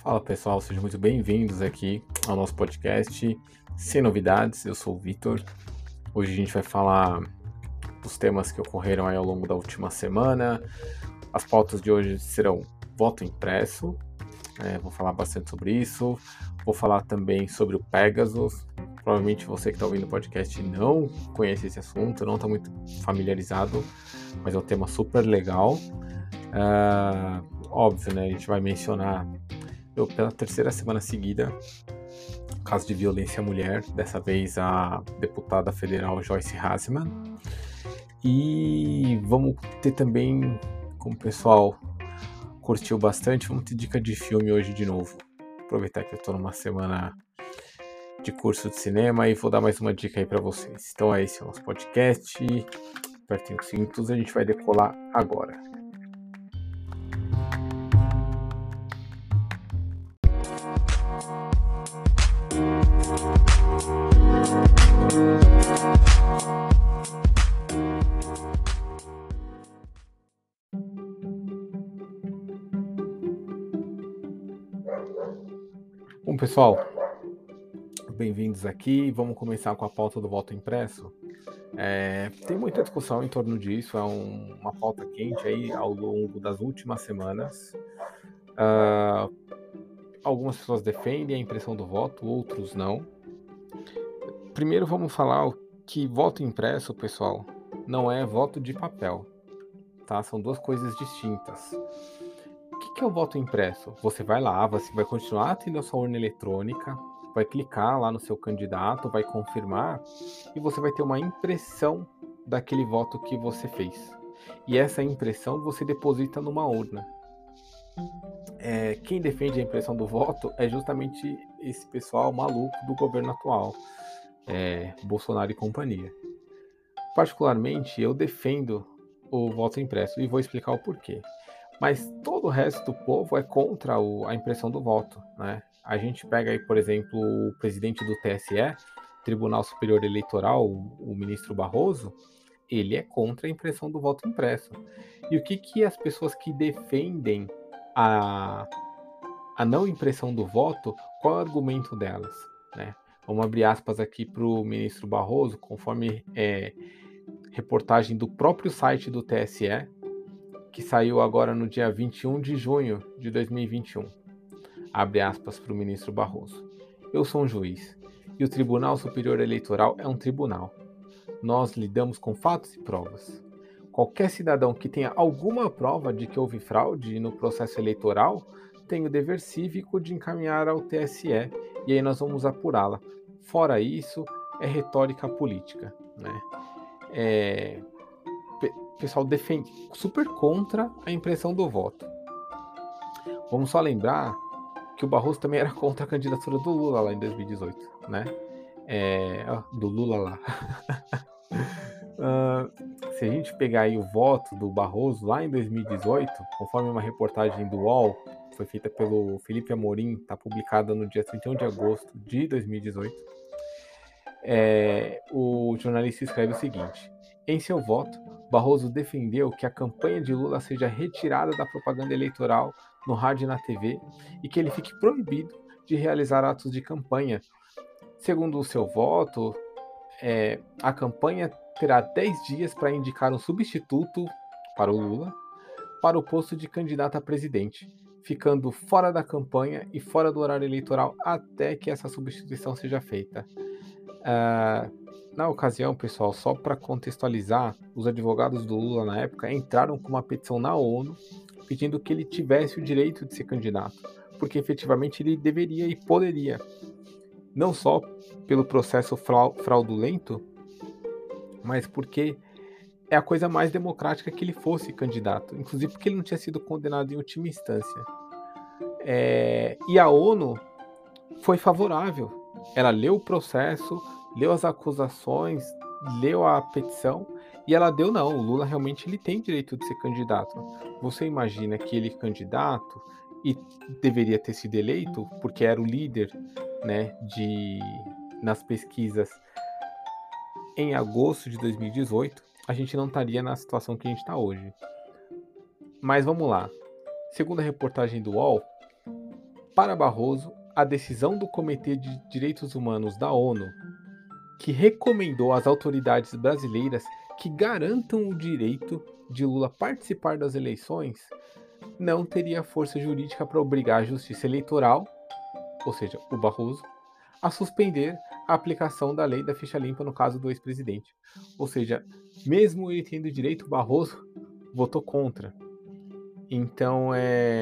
Fala pessoal, sejam muito bem-vindos aqui ao nosso podcast Sem Novidades. Eu sou o Vitor. Hoje a gente vai falar dos temas que ocorreram aí ao longo da última semana. As pautas de hoje serão voto impresso, vou falar bastante sobre isso. Vou falar também sobre o Pegasus. Provavelmente você que está ouvindo o podcast não conhece esse assunto, não está muito familiarizado, mas é um tema super legal. Óbvio, né? A gente vai mencionar pela terceira semana seguida caso de violência à mulher, dessa vez a deputada federal Joyce Hasselman. E vamos ter também, como o pessoal curtiu bastante, vamos ter dica de filme hoje de novo. Aproveitar que eu estou numa semana de curso de cinema e vou dar mais uma dica aí para vocês. Então esse é o nosso podcast. Apertem os cintos, a gente vai decolar agora. Bom, pessoal, bem-vindos aqui. Vamos começar com a pauta do voto impresso. Tem muita discussão em torno disso, é uma pauta quente aí ao longo das últimas semanas. Algumas pessoas defendem a impressão do voto, outros não. Primeiro vamos falar que voto impresso, pessoal, não é voto de papel, tá? São duas coisas distintas. O que é o voto impresso? Você vai lá, você vai continuar tendo a sua urna eletrônica, vai clicar lá no seu candidato, vai confirmar e você vai ter uma impressão daquele voto que você fez. E essa impressão você deposita numa urna. Quem defende a impressão do voto é justamente esse pessoal maluco do governo atual, Bolsonaro e companhia. Particularmente, eu defendo o voto impresso e vou explicar o porquê. Mas todo o resto do povo é contra a impressão do voto, né? A gente pega aí, por exemplo, o presidente do TSE, Tribunal Superior Eleitoral, o ministro Barroso, ele é contra a impressão do voto impresso. E o que as pessoas que defendem a não impressão do voto, qual é o argumento delas, né? Vamos abrir aspas aqui para o ministro Barroso, conforme reportagem do próprio site do TSE, que saiu agora no dia 21 de junho de 2021. Abre aspas para o ministro Barroso. Eu sou um juiz e o Tribunal Superior Eleitoral é um tribunal. Nós lidamos com fatos e provas. Qualquer cidadão que tenha alguma prova de que houve fraude no processo eleitoral tem o dever cívico de encaminhar ao TSE e aí nós vamos apurá-la. Fora isso, é retórica política, né? O pessoal defende super contra a impressão do voto. Vamos só lembrar que o Barroso também era contra a candidatura do Lula lá em 2018, né? Do Lula lá. Se a gente pegar aí o voto do Barroso lá em 2018, conforme uma reportagem do UOL, foi feita pelo Felipe Amorim, está publicada no dia 31 de agosto de 2018, o jornalista escreve o seguinte: em seu voto, Barroso defendeu que a campanha de Lula seja retirada da propaganda eleitoral no rádio e na TV e que ele fique proibido de realizar atos de campanha. Segundo o seu voto, a campanha terá 10 dias para indicar um substituto para o Lula para o posto de candidato a presidente, ficando fora da campanha e fora do horário eleitoral até que essa substituição seja feita. Na ocasião, pessoal, só para contextualizar, os advogados do Lula na época entraram com uma petição na ONU pedindo que ele tivesse o direito de ser candidato, porque efetivamente ele deveria e poderia, não só pelo processo fraudulento, mas porque é a coisa mais democrática que ele fosse candidato, inclusive porque ele não tinha sido condenado em última instância. E a ONU foi favorável. Ela leu o processo, leu as acusações, leu a petição e ela deu não. O Lula realmente ele tem direito de ser candidato. Você imagina que ele candidato e deveria ter sido eleito porque era o líder, né, nas pesquisas em agosto de 2018, a gente não estaria na situação que a gente está hoje. Mas vamos lá. Segundo a reportagem do UOL, Para Barroso, a decisão do Comitê de Direitos Humanos da ONU, que recomendou às autoridades brasileiras que garantam o direito de Lula participar das eleições, não teria força jurídica para obrigar a Justiça Eleitoral, ou seja, o Barroso, a suspender a aplicação da lei da ficha limpa no caso do ex-presidente. Ou seja, mesmo ele tendo direito, o Barroso votou contra. Então,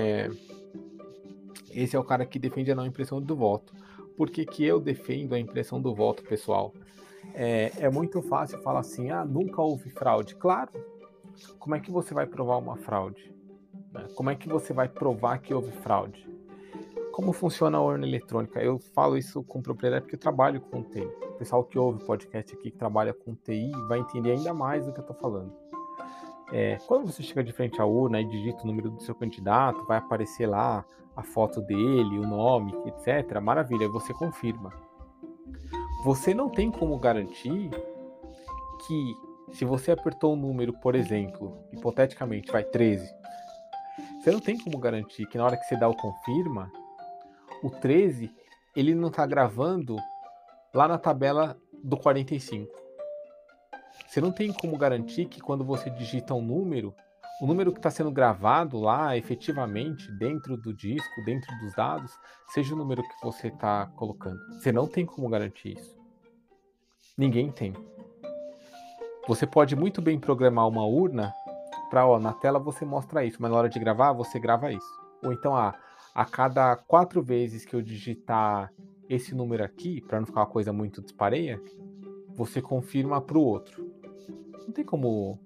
esse é o cara que defende a não impressão do voto. Por que que eu defendo a impressão do voto, pessoal? É muito fácil falar assim, nunca houve fraude. Claro, como é que você vai provar uma fraude? Como é que você vai provar que houve fraude? Como funciona a urna eletrônica? Eu falo isso com propriedade porque eu trabalho com TI. O pessoal que ouve o podcast aqui, que trabalha com TI, vai entender ainda mais do que eu estou falando. Quando você chega de frente à urna e digita o número do seu candidato, vai aparecer lá a foto dele, o nome, etc. Maravilha, você confirma. Você não tem como garantir que se você apertou um número, por exemplo, hipoteticamente, vai 13, você não tem como garantir que na hora que você dá o confirma, o 13, ele não está gravando lá na tabela do 45. Você não tem como garantir que quando você digita um número, o número que está sendo gravado lá efetivamente dentro do disco, dentro dos dados, seja o número que você está colocando. Você não tem como garantir isso. Ninguém tem. Você pode muito bem programar uma urna para, na tela você mostra isso, mas na hora de gravar, você grava isso. Ou então, a cada 4 vezes que eu digitar esse número aqui, para não ficar uma coisa muito dispareia, você confirma para o outro. Não tem como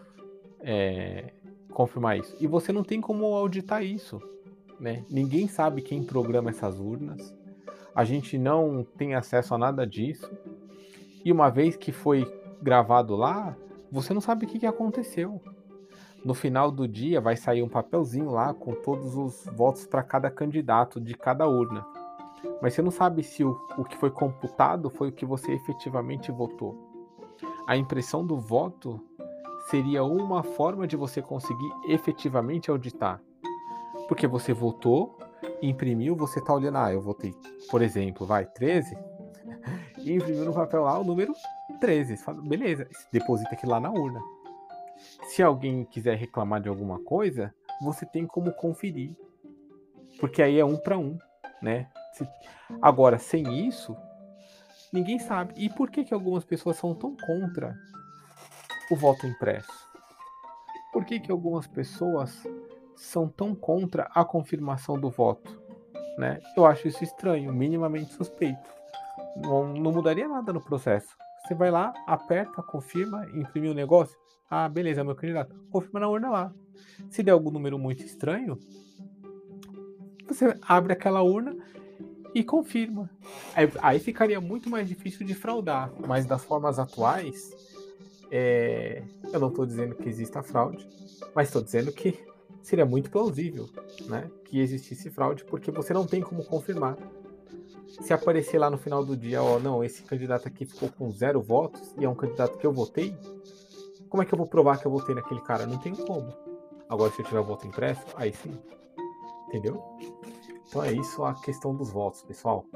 confirmar isso. E você não tem como auditar isso, né? Ninguém sabe quem programa essas urnas. A gente não tem acesso a nada disso. E uma vez que foi gravado lá, você não sabe o que aconteceu. No final do dia vai sair um papelzinho lá com todos os votos para cada candidato de cada urna. Mas você não sabe se o que foi computado foi o que você efetivamente votou. A impressão do voto seria uma forma de você conseguir efetivamente auditar. Porque você votou, imprimiu, você está olhando, eu votei, por exemplo, 13, e imprimiu no papel lá o número 13. Você fala, beleza, deposita aquilo lá na urna. Se alguém quiser reclamar de alguma coisa, você tem como conferir. Porque aí é 1 para 1, né? Agora, sem isso, ninguém sabe. E por que algumas pessoas são tão contra o voto impresso? Por que algumas pessoas são tão contra a confirmação do voto? Né? Eu acho isso estranho, minimamente suspeito. Não mudaria nada no processo. Você vai lá, aperta, confirma, imprime o negócio. Beleza, meu candidato. Confirma na urna lá. Se der algum número muito estranho, você abre aquela urna e confirma. Aí ficaria muito mais difícil de fraudar. Mas das formas atuais, eu não estou dizendo que exista fraude, mas estou dizendo que seria muito plausível, né, que existisse fraude, porque você não tem como confirmar. Se aparecer lá no final do dia, não, esse candidato aqui ficou com 0 votos e é um candidato que eu votei, como é que eu vou provar que eu votei naquele cara? Não tem como. Agora, se eu tiver voto impresso, aí sim. Entendeu? Então é isso a questão dos votos, pessoal.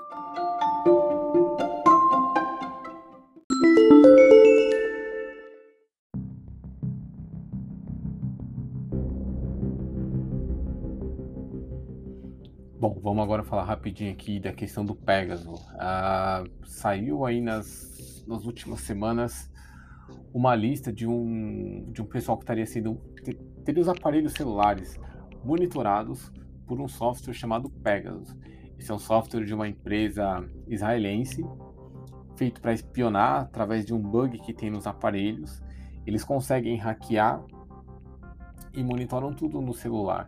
Bom, vamos agora falar rapidinho aqui da questão do Pegasus. Saiu aí nas últimas semanas uma lista de um pessoal que teria os aparelhos celulares monitorados por um software chamado Pegasus. Esse é um software de uma empresa israelense feito para espionar através de um bug que tem nos aparelhos. Eles conseguem hackear e monitoram tudo no celular.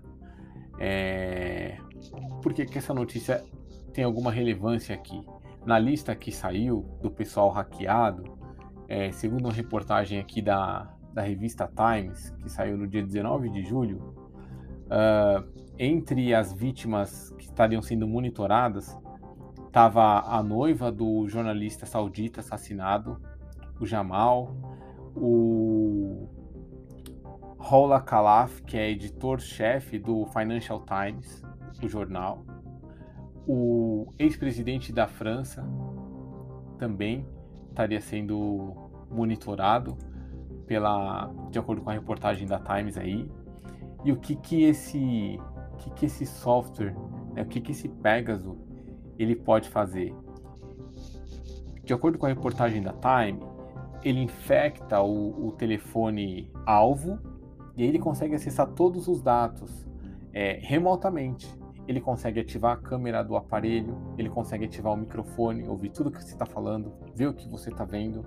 Por que essa notícia tem alguma relevância aqui? Na lista que saiu do pessoal hackeado, segundo uma reportagem aqui da revista Times, que saiu no dia 19 de julho, entre as vítimas que estariam sendo monitoradas, estava a noiva do jornalista saudita assassinado, o Jamal, o Rola Khalaf, que é editor-chefe do Financial Times, o jornal, O ex-presidente da França também estaria sendo monitorado de acordo com a reportagem da Times aí. E o que esse software, né, o que esse Pegasus ele pode fazer? De acordo com a reportagem da Time, ele infecta o telefone alvo e aí ele consegue acessar todos os dados remotamente. Ele consegue ativar a câmera do aparelho, ele consegue ativar o microfone, ouvir tudo que você está falando, ver o que você está vendo.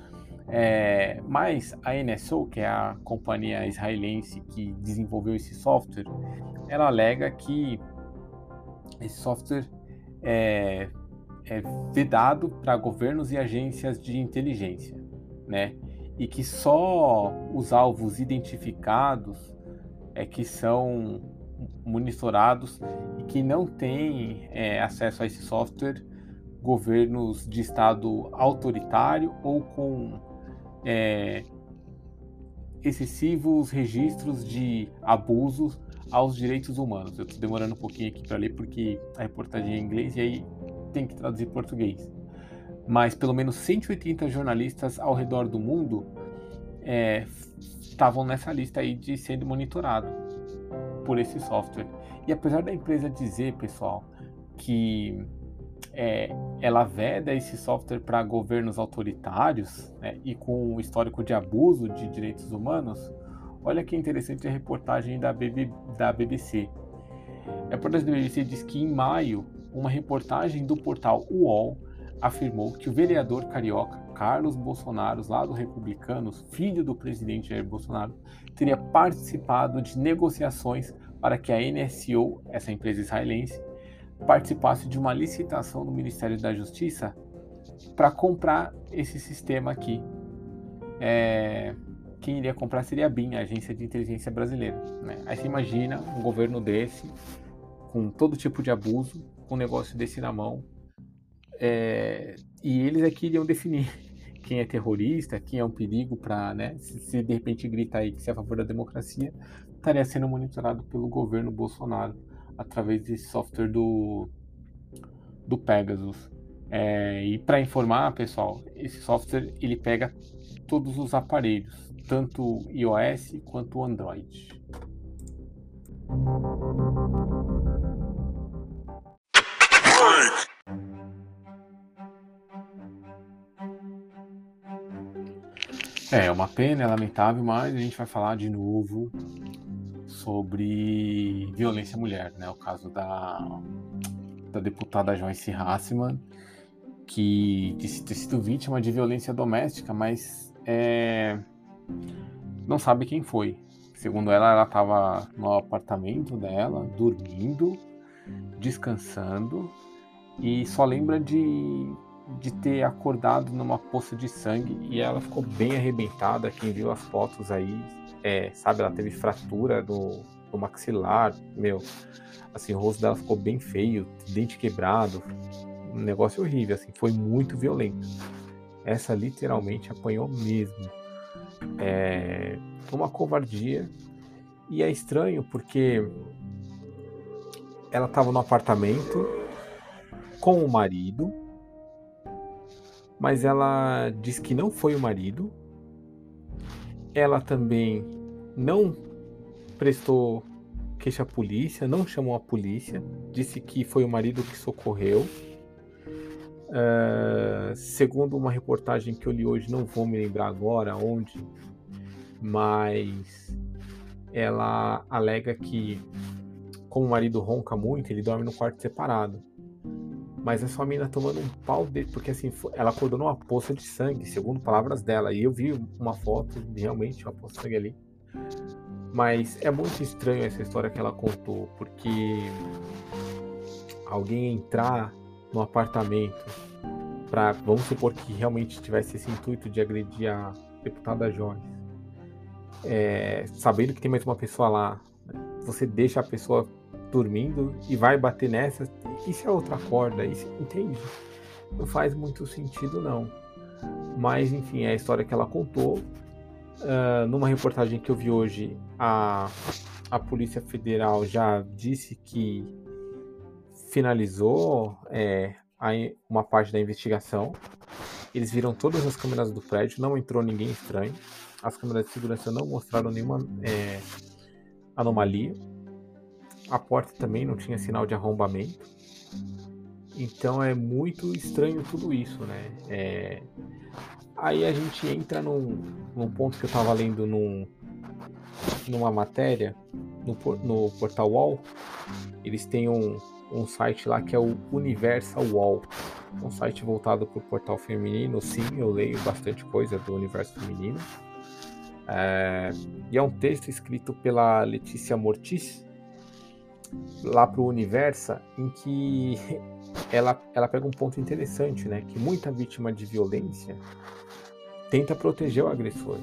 Mas a NSO, que é a companhia israelense que desenvolveu esse software, ela alega que esse software é vedado para governos e agências de inteligência, né? E que só os alvos identificados que são monitorados e que não têm acesso a esse software governos de estado autoritário ou com excessivos registros de abusos aos direitos humanos. Eu estou demorando um pouquinho aqui para ler porque a reportagem é em inglês e aí tem que traduzir em português. Mas pelo menos 180 jornalistas ao redor do mundo estavam nessa lista aí de sendo monitorado por esse software. E apesar da empresa dizer, pessoal, que ela veda esse software para governos autoritários, né, e com um histórico de abuso de direitos humanos, olha que interessante a reportagem da BBC. A reportagem da BBC diz que em maio, uma reportagem do portal UOL afirmou que o vereador carioca Carlos Bolsonaro, lá do Republicanos, filho do presidente Jair Bolsonaro, teria participado de negociações para que a NSO, essa empresa israelense, participasse de uma licitação do Ministério da Justiça para comprar esse sistema aqui. Quem iria comprar seria a BIM, a Agência de Inteligência Brasileira, né? Aí você imagina um governo desse, com todo tipo de abuso, com um negócio desse na mão, e eles aqui iriam definir quem é terrorista, quem é um perigo para, né, se de repente grita aí que se é a favor da democracia, estaria sendo monitorado pelo governo Bolsonaro através desse software do Pegasus. E para informar, pessoal, esse software ele pega todos os aparelhos, tanto iOS quanto Android. É uma pena, é lamentável, mas a gente vai falar de novo sobre violência à mulher, né? O caso da deputada Joyce Hasselmann, que disse ter sido vítima de violência doméstica, mas não sabe quem foi. Segundo ela estava no apartamento dela, dormindo, descansando, e só lembra de ter acordado numa poça de sangue, e ela ficou bem arrebentada. Quem viu as fotos aí, sabe, ela teve fratura no maxilar, assim, o rosto dela ficou bem feio, dente quebrado, um negócio horrível, assim, foi muito violento. Essa literalmente apanhou mesmo. Uma covardia, e é estranho porque ela estava no apartamento com o marido, mas ela diz que não foi o marido. Ela também não prestou queixa à polícia, não chamou a polícia, disse que foi o marido que socorreu. Segundo uma reportagem que eu li hoje, não vou me lembrar agora onde, mas ela alega que, como o marido ronca muito, ele dorme no quarto separado. Mas essa família tomando um pau dele, porque assim, ela acordou numa poça de sangue, segundo palavras dela. E eu vi uma foto, realmente, uma poça de sangue ali. Mas é muito estranho essa história que ela contou, porque alguém entrar no apartamento para, vamos supor que realmente tivesse esse intuito de agredir a deputada Joyce, sabendo que tem mais uma pessoa lá, você deixa a pessoa dormindo e vai bater nessa, e se a outra acorda, entende? Não faz muito sentido, não. Mas enfim, é a história que ela contou. Numa reportagem que eu vi hoje, a Polícia Federal já disse que finalizou uma parte da investigação. Eles viram todas as câmeras do prédio, não entrou ninguém estranho. As câmeras de segurança não mostraram nenhuma anomalia. A porta também não tinha sinal de arrombamento. Então é muito estranho tudo isso, né? Aí a gente entra num ponto que eu estava lendo numa matéria no portal UOL. Eles têm um site lá que é o Universal UOL, um site voltado para o portal feminino. Sim, eu leio bastante coisa do universo feminino. E é um texto escrito pela Letícia Mortis, lá para o Universa, em que ela pega um ponto interessante, né? Que muita vítima de violência tenta proteger o agressor.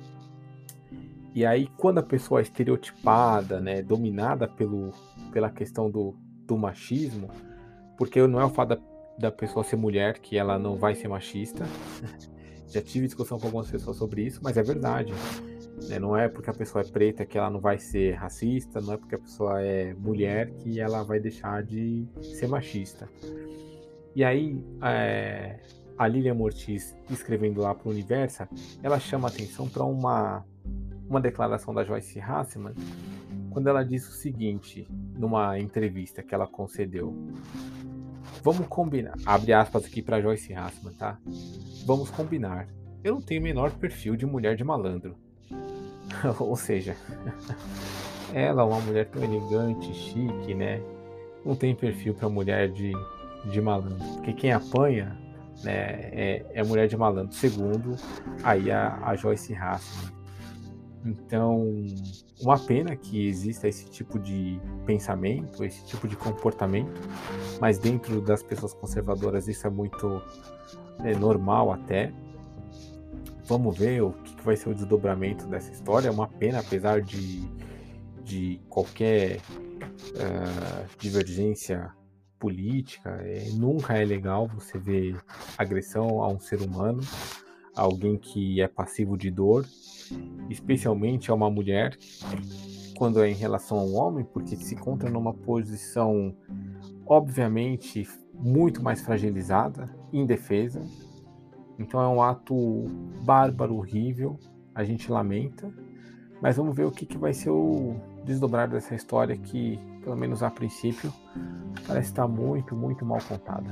E aí, quando a pessoa é estereotipada, né, dominada pela questão do machismo, porque não é o fato da pessoa ser mulher que ela não vai ser machista. Já tive discussão com algumas pessoas sobre isso, mas é verdade. Né? Não é porque a pessoa é preta que ela não vai ser racista, não é porque a pessoa é mulher que ela vai deixar de ser machista. E aí, a Lilian Mortis, escrevendo lá para o Universa, ela chama atenção para uma declaração da Joyce Hasselman, quando ela diz o seguinte, numa entrevista que ela concedeu: vamos combinar, abre aspas aqui para Joyce Hasselman, tá? Vamos combinar, eu não tenho o menor perfil de mulher de malandro. Ou seja, ela é uma mulher tão elegante, chique, né? Não tem perfil para mulher de malandro, porque quem apanha, né, é mulher de malandro, segundo aí a Joyce Hasselman. Então, uma pena que exista esse tipo de pensamento, esse tipo de comportamento, mas dentro das pessoas conservadoras isso é muito normal até. Vamos ver o que vai ser o desdobramento dessa história. É uma pena, apesar de qualquer divergência política, nunca é legal você ver agressão a um ser humano, alguém que é passivo de dor, especialmente a uma mulher, quando é em relação a um homem, porque se encontra numa posição, obviamente, muito mais fragilizada, indefesa. Então é um ato bárbaro, horrível, a gente lamenta, mas vamos ver o que vai ser o desdobrar dessa história que, pelo menos a princípio, parece estar muito, muito mal contada.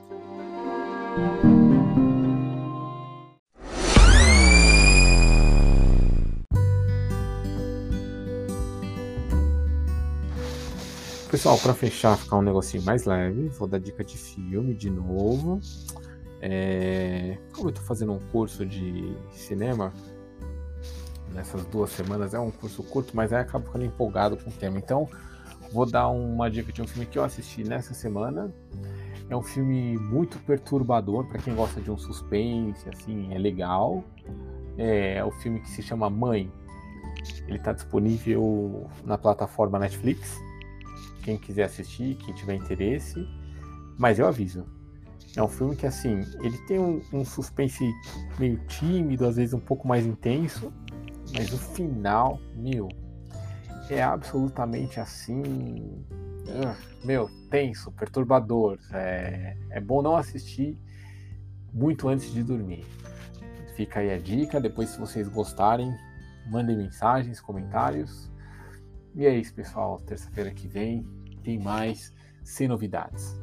Pessoal, para fechar, ficar um negocinho mais leve, vou dar dica de filme de novo. Como eu estou fazendo um curso de cinema nessas 2 semanas, é um curso curto, mas aí acabo ficando empolgado com o tema. Então, vou dar uma dica de um filme que eu assisti nessa semana. É um filme muito perturbador para quem gosta de um suspense, assim, é legal. É o filme que se chama Mãe. Ele está disponível na plataforma Netflix. Quem quiser assistir, quem tiver interesse. Mas eu aviso, é um filme que, assim, ele tem um suspense meio tímido, às vezes um pouco mais intenso, mas o final, é absolutamente assim, tenso, perturbador. É bom não assistir muito antes de dormir. Fica aí a dica. Depois, se vocês gostarem, mandem mensagens, comentários. E é isso, pessoal. Terça-feira que vem tem mais Sem Novidades.